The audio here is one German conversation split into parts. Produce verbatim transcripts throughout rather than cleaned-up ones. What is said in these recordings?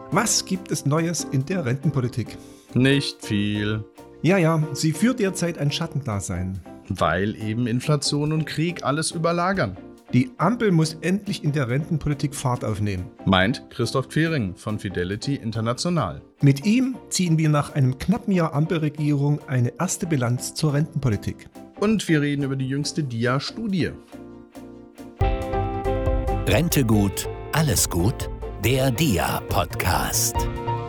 Was gibt es Neues in der Rentenpolitik? Nicht viel. Ja, ja, sie führt derzeit ein Schattendasein. Weil eben Inflation und Krieg alles überlagern. Die Ampel muss endlich in der Rentenpolitik Fahrt aufnehmen. Meint Christoph Quering von Fidelity International. Mit ihm ziehen wir nach einem knappen Jahr Ampelregierung eine erste Bilanz zur Rentenpolitik. Und wir reden über die jüngste D I A-Studie. Rente gut, alles gut? Der D I A-Podcast.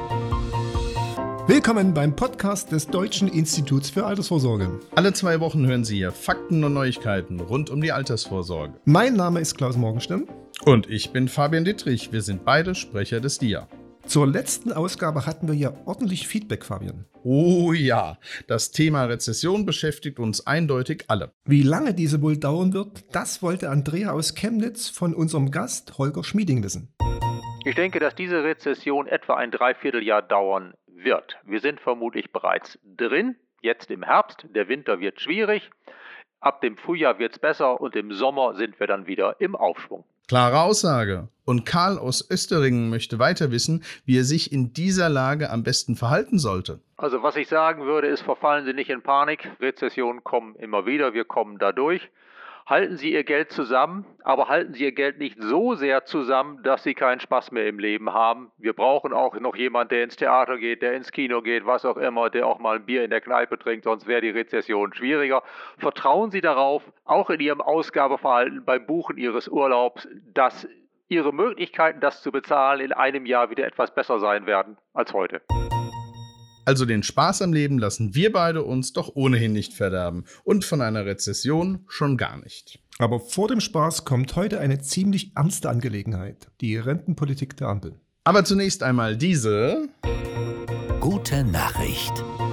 Willkommen beim Podcast des Deutschen Instituts für Altersvorsorge. Alle zwei Wochen hören Sie hier Fakten und Neuigkeiten rund um die Altersvorsorge. Mein Name ist Klaus Morgenstern. Und ich bin Fabian Dittrich. Wir sind beide Sprecher des D I A. Zur letzten Ausgabe hatten wir ja ordentlich Feedback, Fabian. Oh ja, das Thema Rezession beschäftigt uns eindeutig alle. Wie lange diese wohl dauern wird, das wollte Andrea aus Chemnitz von unserem Gast Holger Schmieding wissen. Ich denke, dass diese Rezession etwa ein Dreivierteljahr dauern wird. Wir sind vermutlich bereits drin, jetzt im Herbst. Der Winter wird schwierig. Ab dem Frühjahr wird es besser und im Sommer sind wir dann wieder im Aufschwung. Klare Aussage. Und Karl aus Österingen möchte weiter wissen, wie er sich in dieser Lage am besten verhalten sollte. Also was ich sagen würde, ist, verfallen Sie nicht in Panik. Rezessionen kommen immer wieder, wir kommen da durch. Halten Sie Ihr Geld zusammen, aber halten Sie Ihr Geld nicht so sehr zusammen, dass Sie keinen Spaß mehr im Leben haben. Wir brauchen auch noch jemanden, der ins Theater geht, der ins Kino geht, was auch immer, der auch mal ein Bier in der Kneipe trinkt, sonst wäre die Rezession schwieriger. Vertrauen Sie darauf, auch in Ihrem Ausgabeverhalten beim Buchen Ihres Urlaubs, dass Ihre Möglichkeiten, das zu bezahlen, in einem Jahr wieder etwas besser sein werden als heute. Also den Spaß am Leben lassen wir beide uns doch ohnehin nicht verderben. Und von einer Rezession schon gar nicht. Aber vor dem Spaß kommt heute eine ziemlich ernste Angelegenheit. Die Rentenpolitik der Ampel. Aber zunächst einmal diese... Gute Nachricht.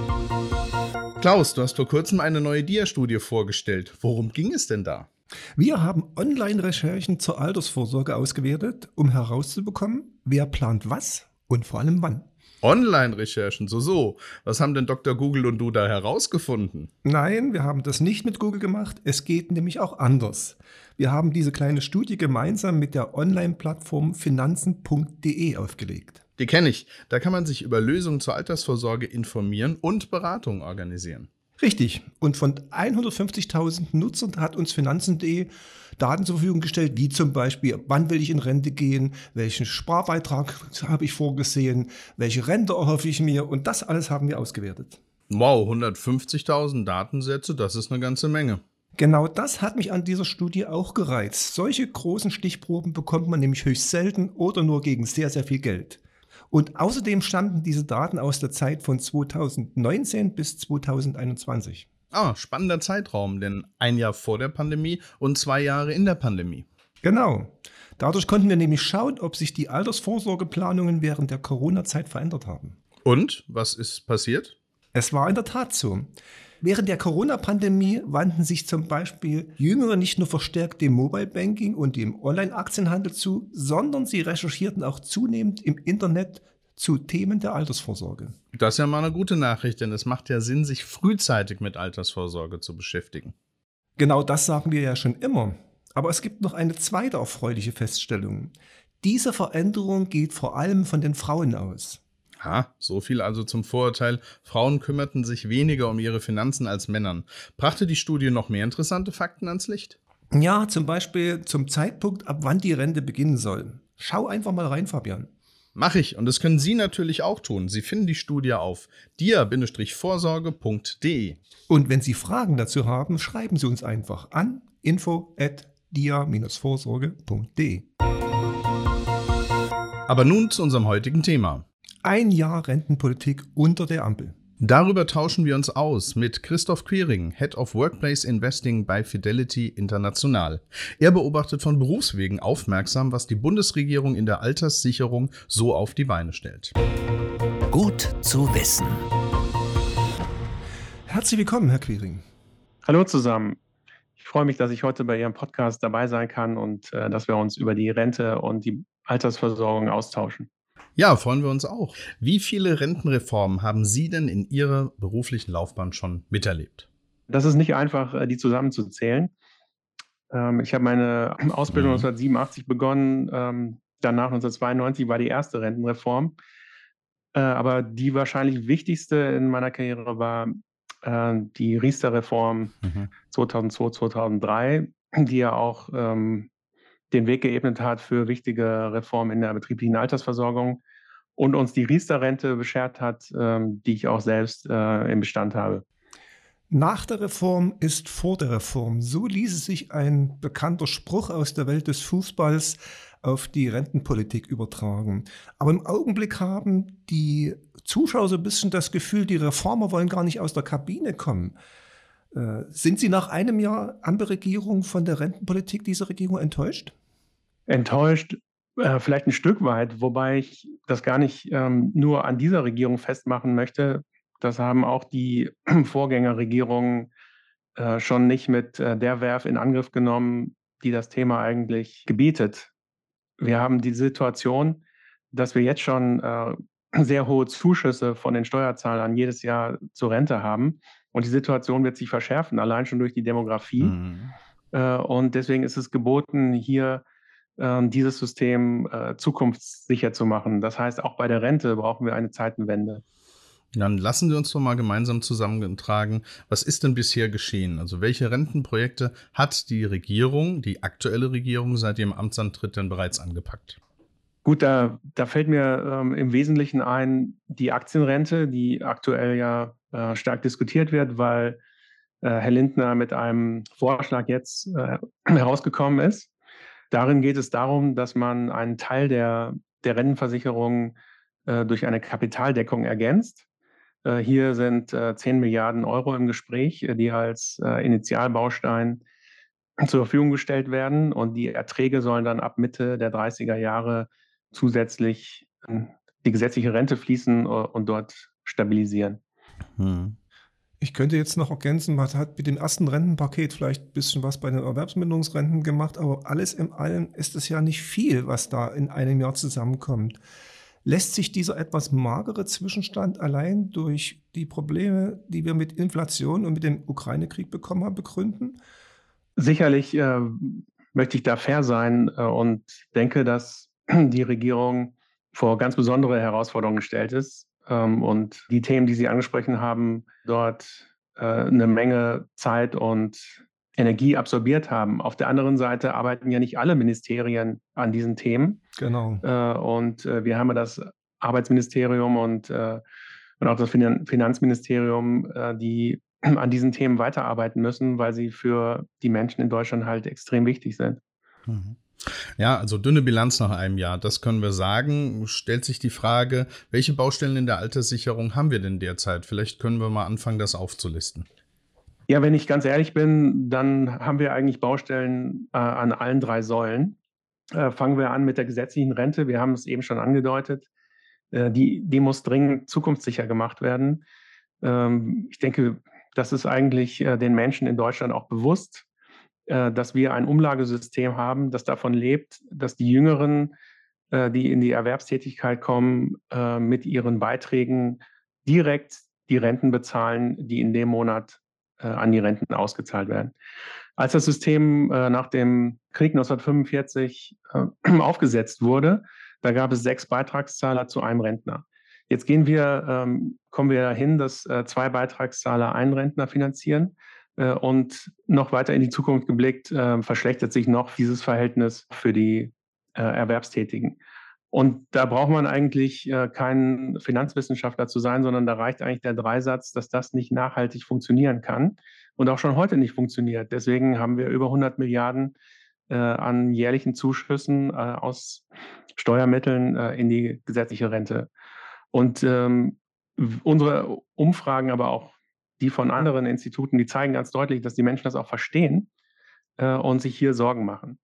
Klaus, du hast vor kurzem eine neue D I A-Studie vorgestellt. Worum ging es denn da? Wir haben Online-Recherchen zur Altersvorsorge ausgewertet, um herauszubekommen, wer plant was und vor allem wann. Online-Recherchen, so so. Was haben denn Doktor Google und du da herausgefunden? Nein, wir haben das nicht mit Google gemacht. Es geht nämlich auch anders. Wir haben diese kleine Studie gemeinsam mit der Online-Plattform finanzen punkt de aufgelegt. Die kenne ich. Da kann man sich über Lösungen zur Altersvorsorge informieren und Beratung organisieren. Richtig. Und von hundertfünfzigtausend Nutzern hat uns finanzen punkt de Daten zur Verfügung gestellt, wie zum Beispiel, wann will ich in Rente gehen, welchen Sparbeitrag habe ich vorgesehen, welche Rente erhoffe ich mir, und das alles haben wir ausgewertet. Wow, hundertfünfzigtausend Datensätze, das ist eine ganze Menge. Genau das hat mich an dieser Studie auch gereizt. Solche großen Stichproben bekommt man nämlich höchst selten oder nur gegen sehr, sehr viel Geld. Und außerdem stammten diese Daten aus der Zeit von zweitausendneunzehn bis zweitausendeinundzwanzig. Ah, spannender Zeitraum, denn ein Jahr vor der Pandemie und zwei Jahre in der Pandemie. Genau. Dadurch konnten wir nämlich schauen, ob sich die Altersvorsorgeplanungen während der Corona-Zeit verändert haben. Und, was ist passiert? Es war in der Tat so. Während der Corona-Pandemie wandten sich zum Beispiel Jüngere nicht nur verstärkt dem Mobile Banking und dem Online-Aktienhandel zu, sondern sie recherchierten auch zunehmend im Internet zu Themen der Altersvorsorge. Das ist ja mal eine gute Nachricht, denn es macht ja Sinn, sich frühzeitig mit Altersvorsorge zu beschäftigen. Genau das sagen wir ja schon immer. Aber es gibt noch eine zweite erfreuliche Feststellung. Diese Veränderung geht vor allem von den Frauen aus. Ha, so viel also zum Vorurteil, Frauen kümmerten sich weniger um ihre Finanzen als Männern. Brachte die Studie noch mehr interessante Fakten ans Licht? Ja, zum Beispiel zum Zeitpunkt, ab wann die Rente beginnen soll. Schau einfach mal rein, Fabian. Mach ich, und das können Sie natürlich auch tun. Sie finden die Studie auf D I A Vorsorge punkt de. Und wenn Sie Fragen dazu haben, schreiben Sie uns einfach an info at d i a vorsorge punkt de. Aber nun zu unserem heutigen Thema. Ein Jahr Rentenpolitik unter der Ampel. Darüber tauschen wir uns aus mit Christoph Quering, Head of Workplace Investing bei Fidelity International. Er beobachtet von Berufswegen aufmerksam, was die Bundesregierung in der Alterssicherung so auf die Beine stellt. Gut zu wissen. Herzlich willkommen, Herr Quering. Hallo zusammen. Ich freue mich, dass ich heute bei Ihrem Podcast dabei sein kann und äh, dass wir uns über die Rente und die Altersversorgung austauschen. Ja, freuen wir uns auch. Wie viele Rentenreformen haben Sie denn in Ihrer beruflichen Laufbahn schon miterlebt? Das ist nicht einfach, die zusammenzuzählen. Ich habe meine Ausbildung neunzehnhundertsiebenundachtzig begonnen. danach neunzehnhundertzweiundneunzig war die erste Rentenreform. Äh, aber die wahrscheinlich wichtigste in meiner Karriere war äh, die Riester-Reform Mhm. zweitausendzwei, zweitausenddrei, die ja auch ähm, den Weg geebnet hat für wichtige Reformen in der betrieblichen Altersversorgung und uns die Riester-Rente beschert hat, ähm, die ich auch selbst äh, im Bestand habe. Nach der Reform ist vor der Reform. So ließe sich ein bekannter Spruch aus der Welt des Fußballs auf die Rentenpolitik übertragen. Aber im Augenblick haben die Zuschauer so ein bisschen das Gefühl, die Reformer wollen gar nicht aus der Kabine kommen. Äh, sind Sie nach einem Jahr Ampelregierung von der Rentenpolitik dieser Regierung enttäuscht? Enttäuscht, äh, vielleicht ein Stück weit, wobei ich das gar nicht ähm, nur an dieser Regierung festmachen möchte. Das haben auch die Vorgängerregierungen äh, schon nicht mit äh, der Werf in Angriff genommen, die das Thema eigentlich gebietet. Wir haben die Situation, dass wir jetzt schon äh, sehr hohe Zuschüsse von den Steuerzahlern jedes Jahr zur Rente haben. Und die Situation wird sich verschärfen, allein schon durch die Demografie. Mhm. Äh, und deswegen ist es geboten, hier äh, dieses System äh, zukunftssicher zu machen. Das heißt, auch bei der Rente brauchen wir eine Zeitenwende. Dann lassen Sie uns doch mal gemeinsam zusammentragen, was ist denn bisher geschehen? Also welche Rentenprojekte hat die Regierung, die aktuelle Regierung seit ihrem Amtsantritt denn bereits angepackt? Gut, da, da fällt mir ähm, im Wesentlichen ein die Aktienrente, die aktuell ja äh, stark diskutiert wird, weil äh, Herr Lindner mit einem Vorschlag jetzt äh, herausgekommen ist. Darin geht es darum, dass man einen Teil der, der Rentenversicherung äh, durch eine Kapitaldeckung ergänzt. Äh, hier sind äh, zehn Milliarden Euro im Gespräch, äh, die als äh, Initialbaustein zur Verfügung gestellt werden. Und die Erträge sollen dann ab Mitte der dreißiger Jahre zusätzlich in die gesetzliche Rente fließen äh, und dort stabilisieren. Hm. Ich könnte jetzt noch ergänzen, man hat mit dem ersten Rentenpaket vielleicht ein bisschen was bei den Erwerbsminderungsrenten gemacht, aber alles in allem ist es ja nicht viel, was da in einem Jahr zusammenkommt. Lässt sich dieser etwas magere Zwischenstand allein durch die Probleme, die wir mit Inflation und mit dem Ukraine-Krieg bekommen haben, begründen? Sicherlich äh, möchte ich da fair sein äh, und denke, dass die Regierung vor ganz besondere Herausforderungen gestellt ist ähm, und die Themen, die Sie angesprochen haben, dort äh, eine Menge Zeit und Energie absorbiert haben. Auf der anderen Seite arbeiten ja nicht alle Ministerien an diesen Themen. Genau. Äh, und äh, wir haben ja das Arbeitsministerium und, äh, und auch das Finan- Finanzministerium, äh, die an diesen Themen weiterarbeiten müssen, weil sie für die Menschen in Deutschland halt extrem wichtig sind. Mhm. Ja, also dünne Bilanz nach einem Jahr, das können wir sagen. Stellt sich die Frage, welche Baustellen in der Alterssicherung haben wir denn derzeit? Vielleicht können wir mal anfangen, das aufzulisten. Ja, wenn ich ganz ehrlich bin, dann haben wir eigentlich Baustellen äh, an allen drei Säulen. Äh, fangen wir an mit der gesetzlichen Rente. Wir haben es eben schon angedeutet. Äh, die, die muss dringend zukunftssicher gemacht werden. Ähm, ich denke, das ist eigentlich äh, den Menschen in Deutschland auch bewusst, äh, dass wir ein Umlagesystem haben, das davon lebt, dass die Jüngeren, äh, die in die Erwerbstätigkeit kommen, äh, mit ihren Beiträgen direkt die Renten bezahlen, die in dem Monat äh, an die Renten ausgezahlt werden. Als das System äh, nach dem Krieg neunzehnhundertfünfundvierzig äh, aufgesetzt wurde, da gab es sechs Beitragszahler zu einem Rentner. Jetzt gehen wir, ähm, kommen wir dahin, dass äh, zwei Beitragszahler einen Rentner finanzieren. Äh, und noch weiter in die Zukunft geblickt, äh, verschlechtert sich noch dieses Verhältnis für die äh, Erwerbstätigen. Und da braucht man eigentlich äh, kein Finanzwissenschaftler zu sein, sondern da reicht eigentlich der Dreisatz, dass das nicht nachhaltig funktionieren kann und auch schon heute nicht funktioniert. Deswegen haben wir über hundert Milliarden äh, an jährlichen Zuschüssen äh, aus Steuermitteln äh, in die gesetzliche Rente. Und ähm, unsere Umfragen, aber auch die von anderen Instituten, die zeigen ganz deutlich, dass die Menschen das auch verstehen äh, und sich hier Sorgen machen.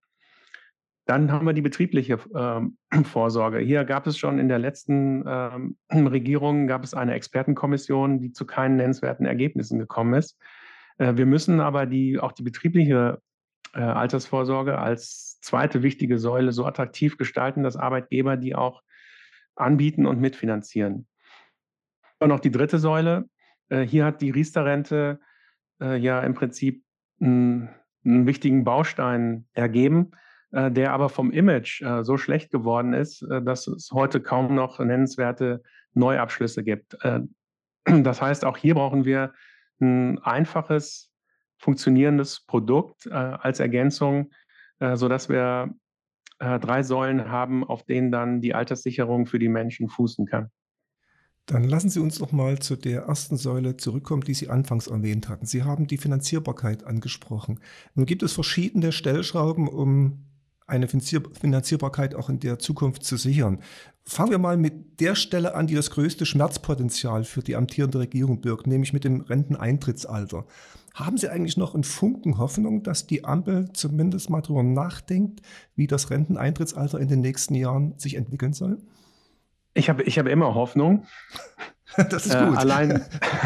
Dann haben wir die betriebliche ähm, Vorsorge. Hier gab es schon in der letzten ähm, Regierung gab es eine Expertenkommission, die zu keinen nennenswerten Ergebnissen gekommen ist. Äh, wir müssen aber die, auch die betriebliche äh, Altersvorsorge als zweite wichtige Säule so attraktiv gestalten, dass Arbeitgeber die auch anbieten und mitfinanzieren. Und noch die dritte Säule. Äh, hier hat die Riester-Rente äh, ja im Prinzip einen, einen wichtigen Baustein ergeben. äh, der aber vom Image äh, so schlecht geworden ist, äh, dass es heute kaum noch nennenswerte Neuabschlüsse gibt. Äh, das heißt, auch hier brauchen wir ein einfaches, funktionierendes Produkt äh, als Ergänzung, äh, sodass wir äh, drei Säulen haben, auf denen dann die Alterssicherung für die Menschen fußen kann. Dann lassen Sie uns noch mal zu der ersten Säule zurückkommen, die Sie anfangs erwähnt hatten. Sie haben die Finanzierbarkeit angesprochen. Nun gibt es verschiedene Stellschrauben, um eine Finanzier Finanzierbarkeit auch in der Zukunft zu sichern. Fangen wir mal mit der Stelle an, die das größte Schmerzpotenzial für die amtierende Regierung birgt, nämlich mit dem Renteneintrittsalter. Haben Sie eigentlich noch einen Funken Hoffnung, dass die Ampel zumindest mal darüber nachdenkt, wie das Renteneintrittsalter in den nächsten Jahren sich entwickeln soll? Ich habe ich hab immer Hoffnung. Das ist Äh, gut. allein,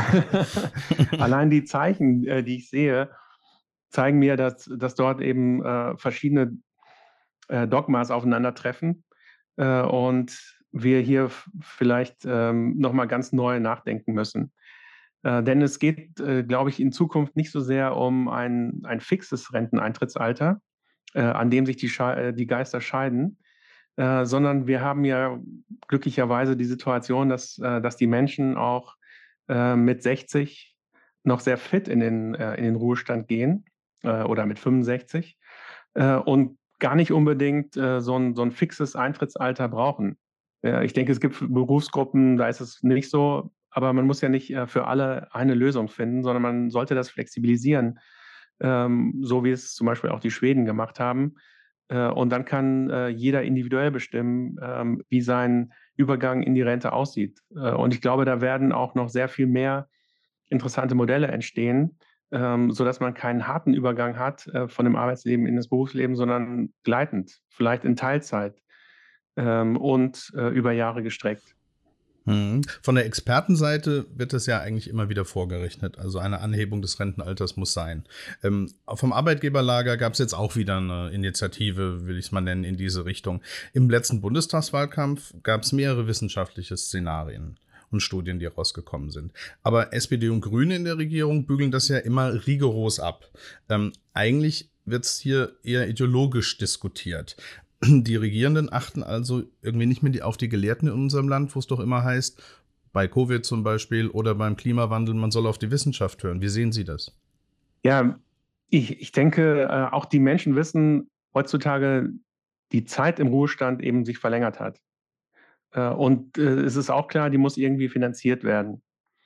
allein die Zeichen, äh, die ich sehe, zeigen mir, dass, dass dort eben äh, verschiedene äh, Dogmas aufeinandertreffen äh, und wir hier f- vielleicht ähm, nochmal ganz neu nachdenken müssen. Äh, denn es geht, äh, glaube ich, in Zukunft nicht so sehr um ein, ein fixes Renteneintrittsalter, äh, an dem sich die, Sche- äh, die Geister scheiden, äh, sondern wir haben ja glücklicherweise die Situation, dass, äh, dass die Menschen auch äh, mit sechzig noch sehr fit in den, äh, in den Ruhestand gehen äh, oder mit fünfundsechzig äh, und gar nicht unbedingt äh, so, ein, so ein fixes Eintrittsalter brauchen. Äh, ich denke, es gibt Berufsgruppen, da ist es nicht so, aber man muss ja nicht äh, für alle eine Lösung finden, sondern man sollte das flexibilisieren, ähm, so wie es zum Beispiel auch die Schweden gemacht haben. Äh, und dann kann äh, jeder individuell bestimmen, ähm, wie sein Übergang in die Rente aussieht. Äh, und ich glaube, da werden auch noch sehr viel mehr interessante Modelle entstehen, ähm, sodass man keinen harten Übergang hat äh, von dem Arbeitsleben in das Berufsleben, sondern gleitend, vielleicht in Teilzeit ähm, und äh, über Jahre gestreckt. Mhm. Von der Expertenseite wird es ja eigentlich immer wieder vorgerechnet. Also eine Anhebung des Rentenalters muss sein. Ähm, vom Arbeitgeberlager gab es jetzt auch wieder eine Initiative, will ich es mal nennen, in diese Richtung. Im letzten Bundestagswahlkampf gab es mehrere wissenschaftliche Szenarien und Studien, die rausgekommen sind. Aber S P D und Grüne in der Regierung bügeln das ja immer rigoros ab. Ähm, eigentlich wird es hier eher ideologisch diskutiert. Die Regierenden achten also irgendwie nicht mehr die, auf die Gelehrten in unserem Land, wo es doch immer heißt, bei Covid zum Beispiel oder beim Klimawandel, man soll auf die Wissenschaft hören. Wie sehen Sie das? Ja, ich, ich denke, äh, auch die Menschen wissen heutzutage, die Zeit im Ruhestand eben sich verlängert hat. Äh, und äh, es ist auch klar, die muss irgendwie finanziert werden.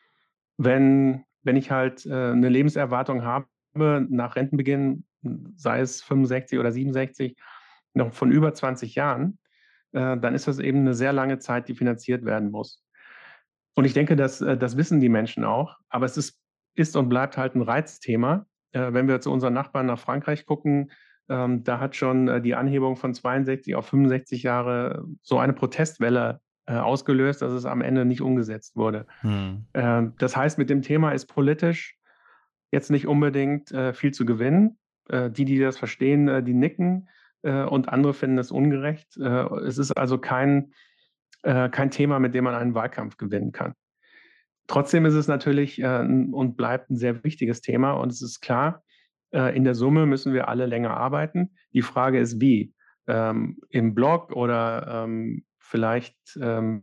Wenn, wenn ich halt äh, eine Lebenserwartung habe nach Rentenbeginn, sei es fünfundsechzig oder siebenundsechzig, noch von über zwanzig Jahren, äh, dann ist das eben eine sehr lange Zeit, die finanziert werden muss. Und ich denke, das, äh, das wissen die Menschen auch, aber es ist, ist und bleibt halt ein Reizthema. Äh, wenn wir zu unseren Nachbarn nach Frankreich gucken, ähm, da hat schon äh, die Anhebung von zweiundsechzig auf fünfundsechzig Jahre so eine Protestwelle äh, ausgelöst, dass es am Ende nicht umgesetzt wurde. Hm. Ähm, das heißt, mit dem Thema ist politisch jetzt nicht unbedingt äh, viel zu gewinnen. Äh, die, die das verstehen, äh, die nicken äh, und andere finden es ungerecht. Äh, es ist also kein, äh, kein Thema, mit dem man einen Wahlkampf gewinnen kann. Trotzdem ist es natürlich äh, ein, und bleibt ein sehr wichtiges Thema und es ist klar, äh, in der Summe müssen wir alle länger arbeiten. Die Frage ist, wie? Ähm, im Block oder ähm, vielleicht ähm,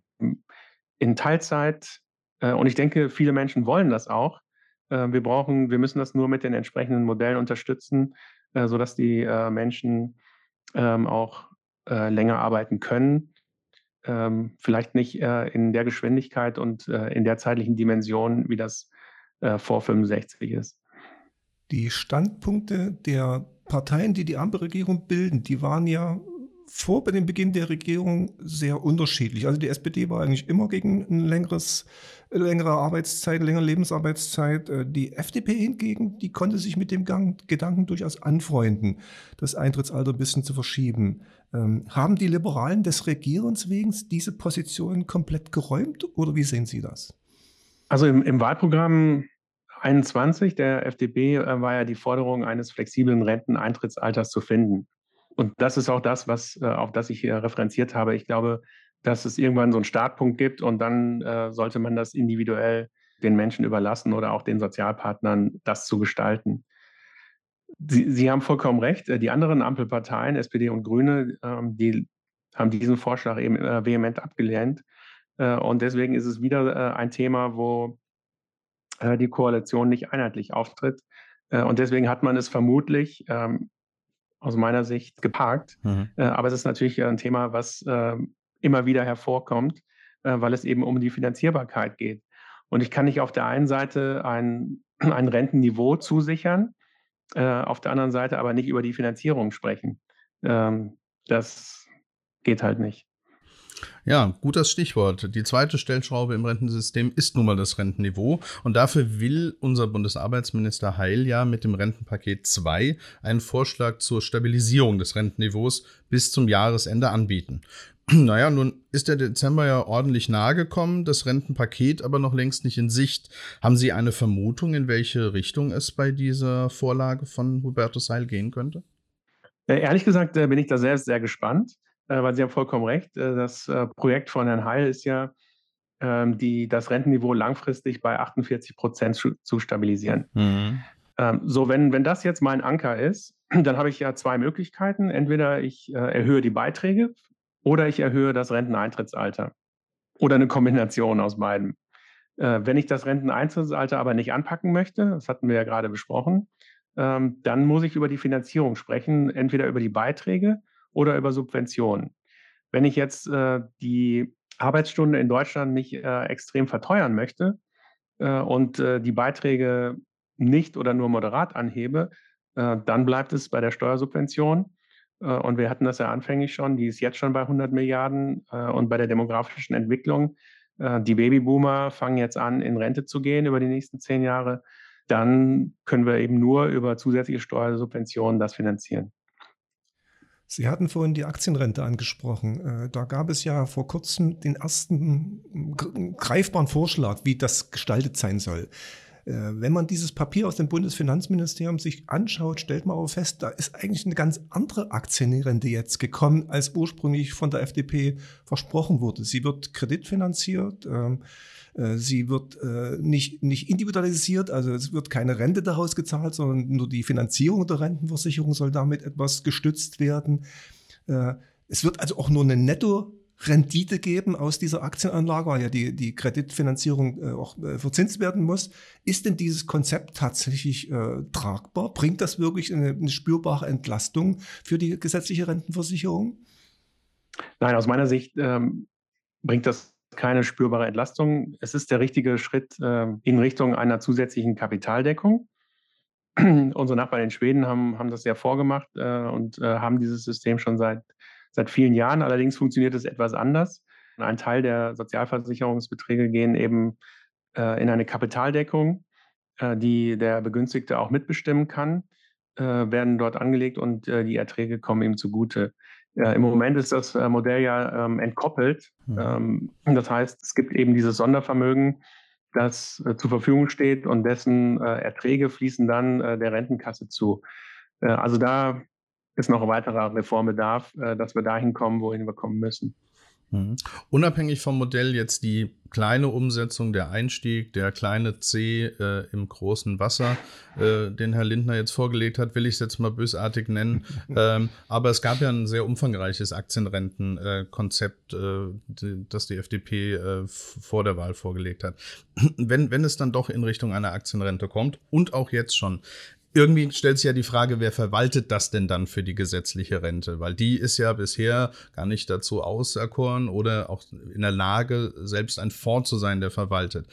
in Teilzeit. Äh, und ich denke, viele Menschen wollen das auch. Äh, wir brauchen, wir müssen das nur mit den entsprechenden Modellen unterstützen, äh, sodass die äh, Menschen ähm, auch äh, länger arbeiten können. Ähm, vielleicht nicht äh, in der Geschwindigkeit und äh, in der zeitlichen Dimension, wie das äh, vor fünfundsechzig ist. Die Standpunkte der Parteien, die die Ampelregierung bilden, die waren ja vor dem Beginn der Regierung sehr unterschiedlich. Also die S P D war eigentlich immer gegen ein längeres, längere Arbeitszeit, längere Lebensarbeitszeit. Äh, Die F D P hingegen, die konnte sich mit dem Gang, Gedanken durchaus anfreunden, das Eintrittsalter ein bisschen zu verschieben. Ähm, haben die Liberalen des Regierens wegen diese Position komplett geräumt oder wie sehen Sie das? Also im, im Wahlprogramm einundzwanzig der F D P äh, war ja die Forderung eines flexiblen Renteneintrittsalters zu finden. Und das ist auch das, was, äh, auf das ich hier referenziert habe. Ich glaube, dass es irgendwann so einen Startpunkt gibt und dann äh, sollte man das individuell den Menschen überlassen oder auch den Sozialpartnern, das zu gestalten. Sie, Sie haben vollkommen recht. Die anderen Ampelparteien, S P D und Grüne, ähm, die haben diesen Vorschlag eben äh, vehement abgelehnt. Äh, und deswegen ist es wieder äh, ein Thema, wo äh, die Koalition nicht einheitlich auftritt. Äh, und deswegen hat man es vermutlich ähm, aus meiner Sicht geparkt. Mhm. Äh, aber es ist natürlich ein Thema, was äh, immer wieder hervorkommt, äh, weil es eben um die Finanzierbarkeit geht. Und ich kann nicht auf der einen Seite ein, ein Rentenniveau zusichern, äh, auf der anderen Seite aber nicht über die Finanzierung sprechen. Ähm, das geht halt nicht. Ja, gutes Stichwort. Die zweite Stellschraube im Rentensystem ist nun mal das Rentenniveau. Und dafür will unser Bundesarbeitsminister Heil ja mit dem Rentenpaket zwei einen Vorschlag zur Stabilisierung des Rentenniveaus bis zum Jahresende anbieten. Naja, nun ist der Dezember ja ordentlich nahe gekommen, das Rentenpaket aber noch längst nicht in Sicht. Haben Sie eine Vermutung, in welche Richtung es bei dieser Vorlage von Hubertus Heil gehen könnte? Äh, ehrlich gesagt äh, bin ich da selbst sehr gespannt, äh, weil Sie haben vollkommen recht. Äh, das äh, Projekt von Herrn Heil ist ja, ähm, die, das Rentenniveau langfristig bei achtundvierzig Prozent zu, zu stabilisieren. Mhm. Ähm, so, wenn, wenn das jetzt mein Anker ist, dann habe ich ja zwei Möglichkeiten. Entweder ich äh, erhöhe die Beiträge oder ich erhöhe das Renteneintrittsalter. Oder eine Kombination aus beiden. Äh, wenn ich das Renteneintrittsalter aber nicht anpacken möchte, das hatten wir ja gerade besprochen, ähm, dann muss ich über die Finanzierung sprechen, entweder über die Beiträge oder über Subventionen. Wenn ich jetzt äh, die Arbeitsstunde in Deutschland nicht äh, extrem verteuern möchte äh, und äh, die Beiträge nicht oder nur moderat anhebe, äh, dann bleibt es bei der Steuersubvention. Äh, und wir hatten das ja anfänglich schon, die ist jetzt schon bei hundert Milliarden. Äh, und bei der demografischen Entwicklung, äh, die Babyboomer fangen jetzt an, in Rente zu gehen über die nächsten zehn Jahre, dann können wir eben nur über zusätzliche Steuersubventionen das finanzieren. Sie hatten vorhin die Aktienrente angesprochen. Äh, Da gab es ja vor kurzem den ersten gr- greifbaren Vorschlag, wie das gestaltet sein soll. Äh, Wenn man dieses Papier aus dem Bundesfinanzministerium sich anschaut, stellt man aber fest, da ist eigentlich eine ganz andere Aktienrente jetzt gekommen, als ursprünglich von der F D P versprochen wurde. Sie wird kreditfinanziert, ähm, äh, sie wird äh, nicht, nicht individualisiert, also es wird keine Rente daraus gezahlt, sondern nur die Finanzierung der Rentenversicherung soll damit etwas gestützt werden. Äh, Es wird also auch nur eine Netto-Rendite geben aus dieser Aktienanlage, weil ja die, die Kreditfinanzierung äh, auch äh, verzinst werden muss. Ist denn dieses Konzept tatsächlich äh, tragbar? Bringt das wirklich eine, eine spürbare Entlastung für die gesetzliche Rentenversicherung? Nein, aus meiner Sicht ähm, bringt das keine spürbare Entlastung. Es ist der richtige Schritt ähm, in Richtung einer zusätzlichen Kapitaldeckung. Unsere Nachbarn in Schweden haben, haben das ja vorgemacht äh, und äh, haben dieses System schon seit, seit vielen Jahren. Allerdings funktioniert es etwas anders. Ein Teil der Sozialversicherungsbeträge gehen eben äh, in eine Kapitaldeckung, äh, die der Begünstigte auch mitbestimmen kann, äh, werden dort angelegt und äh, die Erträge kommen ihm zugute. Äh, Im Moment ist das äh, Modell ja ähm, entkoppelt. Mhm. Ähm, das heißt, es gibt eben dieses Sondervermögen, das äh, zur Verfügung steht und dessen äh, Erträge fließen dann äh, der Rentenkasse zu. Äh, also da ist noch ein weiterer Reformbedarf, äh, dass wir dahin kommen, wohin wir kommen müssen. Mhm. Unabhängig vom Modell jetzt die kleine Umsetzung, der Einstieg, der kleine C äh, im großen Wasser, äh, den Herr Lindner jetzt vorgelegt hat, will ich es jetzt mal bösartig nennen. ähm, aber es gab ja ein sehr umfangreiches Aktienrentenkonzept, äh, die, das die F D P äh, f- vor der Wahl vorgelegt hat. wenn, wenn es dann doch in Richtung einer Aktienrente kommt und auch jetzt schon, irgendwie stellt sich ja die Frage, wer verwaltet das denn dann für die gesetzliche Rente? Weil die ist ja bisher gar nicht dazu auserkoren oder auch in der Lage, selbst ein Fonds zu sein, der verwaltet.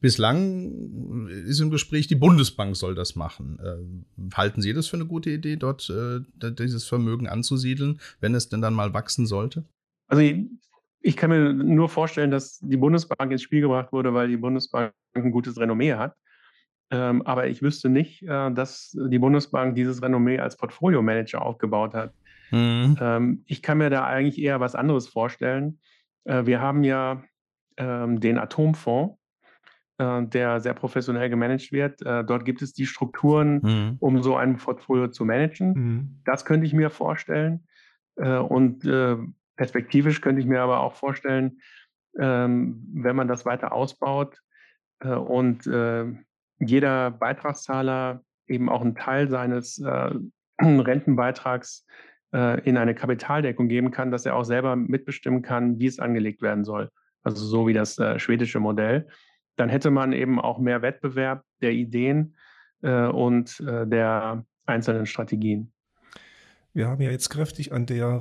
Bislang ist im Gespräch, die Bundesbank soll das machen. Äh, halten Sie das für eine gute Idee, dort äh, dieses Vermögen anzusiedeln, wenn es denn dann mal wachsen sollte? Also ich, ich kann mir nur vorstellen, dass die Bundesbank ins Spiel gebracht wurde, weil die Bundesbank ein gutes Renommee hat. Ähm, aber ich wüsste nicht, äh, dass die Bundesbank dieses Renommee als Portfolio-Manager aufgebaut hat. Mhm. Ähm, ich kann mir da eigentlich eher was anderes vorstellen. Äh, wir haben ja ähm, den Atomfonds, äh, der sehr professionell gemanagt wird. Äh, dort gibt es die Strukturen, Mhm. um so ein Portfolio zu managen. Mhm. Das könnte ich mir vorstellen. Äh, und äh, perspektivisch könnte ich mir aber auch vorstellen, ähm, wenn man das weiter ausbaut äh, und äh, jeder Beitragszahler eben auch einen Teil seines äh, Rentenbeitrags äh, in eine Kapitaldeckung geben kann, dass er auch selber mitbestimmen kann, wie es angelegt werden soll. Also so wie das äh, schwedische Modell. Dann hätte man eben auch mehr Wettbewerb der Ideen äh, und äh, der einzelnen Strategien. Wir haben ja jetzt kräftig an der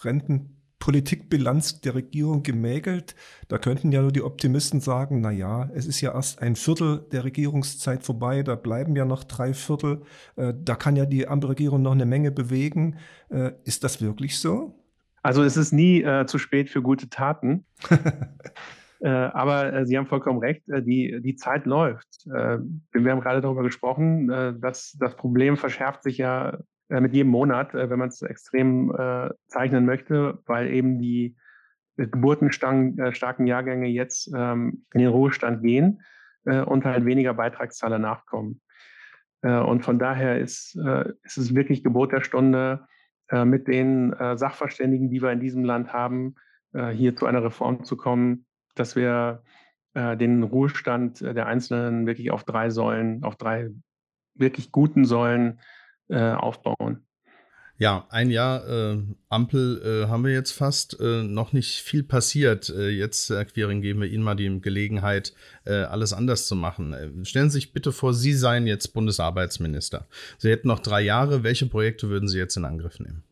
Rentenpolitikbilanz der Regierung gemäkelt. Da könnten ja nur die Optimisten sagen, na ja, es ist ja erst ein Viertel der Regierungszeit vorbei, da bleiben ja noch drei Viertel. Äh, da kann ja die Ampelregierung noch eine Menge bewegen. Äh, ist das wirklich so? Also es ist nie äh, zu spät für gute Taten. äh, aber äh, Sie haben vollkommen recht, äh, die, die Zeit läuft. Äh, wir haben gerade darüber gesprochen, äh, dass das Problem verschärft sich ja äh, mit jedem Monat, äh, wenn man es extrem äh, zeichnen möchte, weil eben die geburtenstarken Jahrgänge jetzt ähm, in den Ruhestand gehen äh, und halt weniger Beitragszahler nachkommen. Äh, und von daher ist, äh, ist es wirklich Gebot der Stunde, äh, mit den äh, Sachverständigen, die wir in diesem Land haben, äh, hier zu einer Reform zu kommen, dass wir äh, den Ruhestand der Einzelnen wirklich auf drei Säulen, auf drei wirklich guten Säulen äh, aufbauen. Ja, ein Jahr äh, Ampel äh, haben wir jetzt fast, äh, noch nicht viel passiert. Äh, jetzt, Herr Quiring, geben wir Ihnen mal die Gelegenheit, äh, alles anders zu machen. Äh, stellen Sie sich bitte vor, Sie seien jetzt Bundesarbeitsminister. Sie hätten noch drei Jahre. Welche Projekte würden Sie jetzt in Angriff nehmen?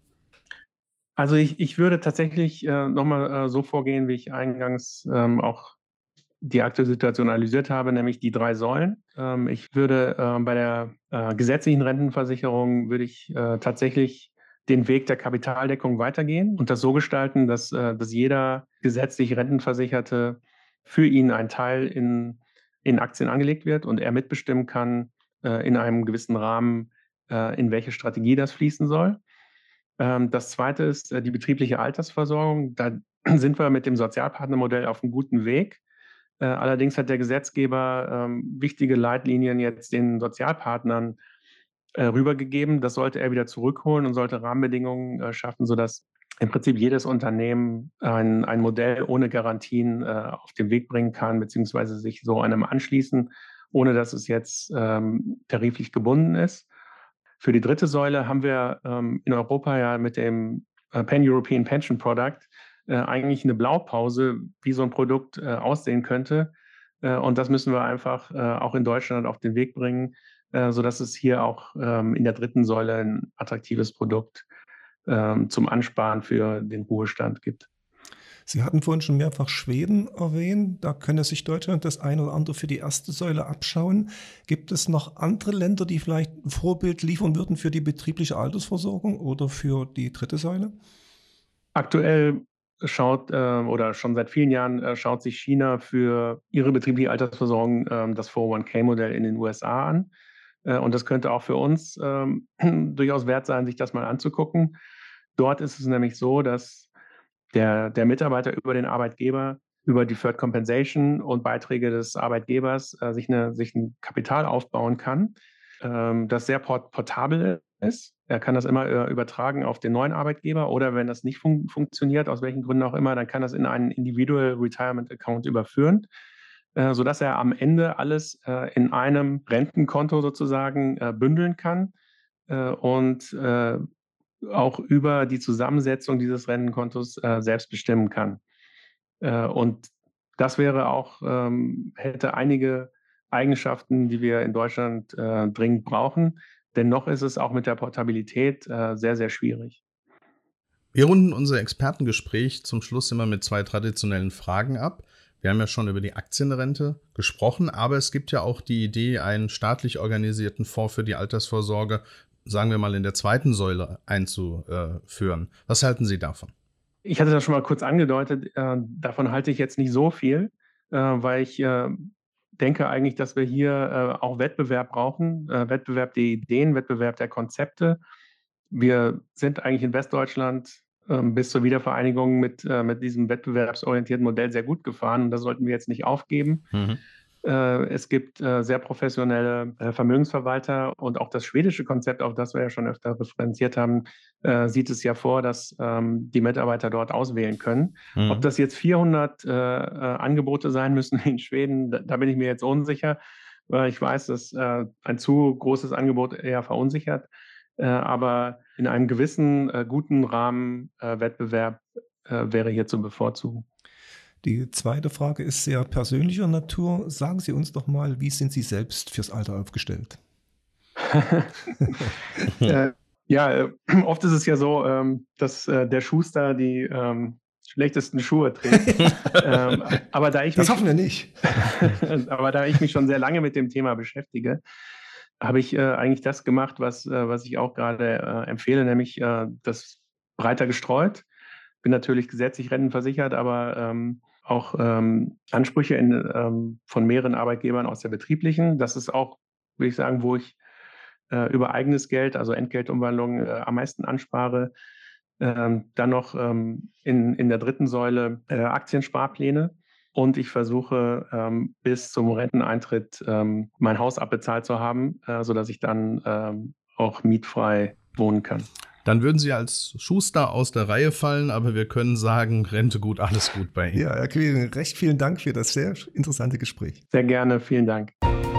Also ich, ich würde tatsächlich äh, nochmal äh, so vorgehen, wie ich eingangs ähm, auch die aktuelle Situation analysiert habe, nämlich die drei Säulen. Ähm, ich würde äh, bei der äh, gesetzlichen Rentenversicherung würde ich äh, tatsächlich den Weg der Kapitaldeckung weitergehen und das so gestalten, dass, äh, dass jeder gesetzlich Rentenversicherte für ihn ein Teil in, in Aktien angelegt wird und er mitbestimmen kann äh, in einem gewissen Rahmen, äh, in welche Strategie das fließen soll. Ähm, das zweite ist äh, die betriebliche Altersversorgung. Da sind wir mit dem Sozialpartnermodell auf einem guten Weg. Äh, allerdings hat der Gesetzgeber ähm, wichtige Leitlinien jetzt den Sozialpartnern äh, rübergegeben. Das sollte er wieder zurückholen und sollte Rahmenbedingungen äh, schaffen, sodass im Prinzip jedes Unternehmen ein, ein Modell ohne Garantien äh, auf den Weg bringen kann, beziehungsweise sich so einem anschließen, ohne dass es jetzt ähm, tariflich gebunden ist. Für die dritte Säule haben wir ähm, in Europa ja mit dem äh, Pan-European Pension Product äh, eigentlich eine Blaupause, wie so ein Produkt äh, aussehen könnte. Äh, und das müssen wir einfach äh, auch in Deutschland auf den Weg bringen, äh, sodass es hier auch ähm, in der dritten Säule ein attraktives Produkt ähm, zum Ansparen für den Ruhestand gibt. Sie hatten vorhin schon mehrfach Schweden erwähnt. Da könne sich Deutschland das eine oder andere für die erste Säule abschauen. Gibt es noch andere Länder, die vielleicht ein Vorbild liefern würden für die betriebliche Altersversorgung oder für die dritte Säule? Aktuell schaut äh, oder schon seit vielen Jahren äh, schaut sich China für ihre betriebliche Altersversorgung äh, das vier null eins K-Modell in den U S A an. Äh, und das könnte auch für uns äh, durchaus wert sein, sich das mal anzugucken. Dort ist es nämlich so, dass der, der Mitarbeiter über den Arbeitgeber, über Deferred Compensation und Beiträge des Arbeitgebers äh, sich, eine, sich ein Kapital aufbauen kann, ähm, das sehr port portabel ist. Er kann das immer äh, übertragen auf den neuen Arbeitgeber oder wenn das nicht fun funktioniert, aus welchen Gründen auch immer, dann kann das in einen Individual Retirement Account überführen, äh, sodass er am Ende alles äh, in einem Rentenkonto sozusagen äh, bündeln kann äh, und äh, auch über die Zusammensetzung dieses Rentenkontos äh, selbst bestimmen kann. Äh, und das wäre auch, ähm, hätte einige Eigenschaften, die wir in Deutschland äh, dringend brauchen. Dennoch ist es auch mit der Portabilität äh, sehr, sehr schwierig. Wir runden unser Expertengespräch zum Schluss immer mit zwei traditionellen Fragen ab. Wir haben ja schon über die Aktienrente gesprochen, aber es gibt ja auch die Idee, einen staatlich organisierten Fonds für die Altersvorsorge, sagen wir mal, in der zweiten Säule einzuführen. Was halten Sie davon? Ich hatte das schon mal kurz angedeutet. Äh, davon halte ich jetzt nicht so viel, äh, weil ich äh, denke eigentlich, dass wir hier äh, auch Wettbewerb brauchen. Äh, Wettbewerb der Ideen, Wettbewerb der Konzepte. Wir sind eigentlich in Westdeutschland äh, bis zur Wiedervereinigung mit, äh, mit diesem wettbewerbsorientierten Modell sehr gut gefahren. Und das sollten wir jetzt nicht aufgeben. Mhm. Es gibt äh, sehr professionelle äh, Vermögensverwalter und auch das schwedische Konzept, auf das wir ja schon öfter referenziert haben, äh, sieht es ja vor, dass ähm, die Mitarbeiter dort auswählen können. Mhm. Ob das jetzt vierhundert äh, Angebote sein müssen in Schweden, da, da bin ich mir jetzt unsicher. Ich weiß, dass äh, ein zu großes Angebot eher verunsichert, äh, aber in einem gewissen äh, guten Rahmen äh, Wettbewerb äh, wäre hier zu bevorzugen. Die zweite Frage ist sehr persönlicher Natur. Sagen Sie uns doch mal, wie sind Sie selbst fürs Alter aufgestellt? äh, ja, äh, oft ist es ja so, ähm, dass äh, der Schuster die ähm, schlechtesten Schuhe trägt. ähm, aber da ich das mich, hoffen wir nicht. aber da ich mich schon sehr lange mit dem Thema beschäftige, habe ich äh, eigentlich das gemacht, was, äh, was ich auch gerade äh, empfehle, nämlich äh, das breiter gestreut. Bin natürlich gesetzlich rentenversichert, aber ähm, auch ähm, Ansprüche in, ähm, von mehreren Arbeitgebern aus der betrieblichen. Das ist auch, würde ich sagen, wo ich äh, über eigenes Geld, also Entgeltumwandlung, äh, am meisten anspare. Ähm, dann noch ähm, in, in der dritten Säule äh, Aktiensparpläne. Und ich versuche ähm, bis zum Renteneintritt ähm, mein Haus abbezahlt zu haben, äh, sodass ich dann ähm, auch mietfrei wohnen kann. Dann würden Sie als Schuster aus der Reihe fallen, aber wir können sagen, Rente gut, alles gut bei Ihnen. Ja, Herr Quiring, recht vielen Dank für das sehr interessante Gespräch. Sehr gerne, vielen Dank.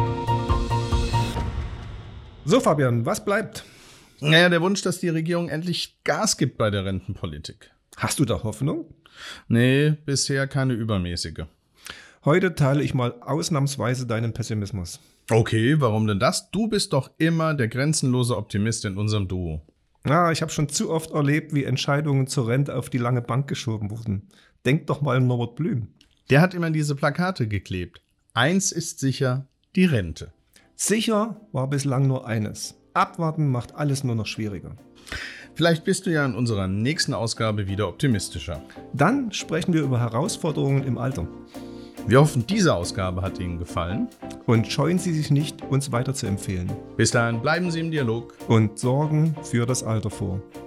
So, Fabian, was bleibt? Naja, der Wunsch, dass die Regierung endlich Gas gibt bei der Rentenpolitik. Hast du da Hoffnung? Nee, bisher keine übermäßige. Heute teile ich mal ausnahmsweise deinen Pessimismus. Okay, warum denn das? Du bist doch immer der grenzenlose Optimist in unserem Duo. Ja, ich habe schon zu oft erlebt, wie Entscheidungen zur Rente auf die lange Bank geschoben wurden. Denk doch mal an Norbert Blüm. Der hat immer diese Plakate geklebt. Eins ist sicher, die Rente. Sicher war bislang nur eines. Abwarten macht alles nur noch schwieriger. Vielleicht bist du ja in unserer nächsten Ausgabe wieder optimistischer. Dann sprechen wir über Herausforderungen im Alter. Wir hoffen, diese Ausgabe hat Ihnen gefallen. Und scheuen Sie sich nicht, uns weiter zu empfehlen. Bis dahin bleiben Sie im Dialog. Und sorgen für das Alter vor.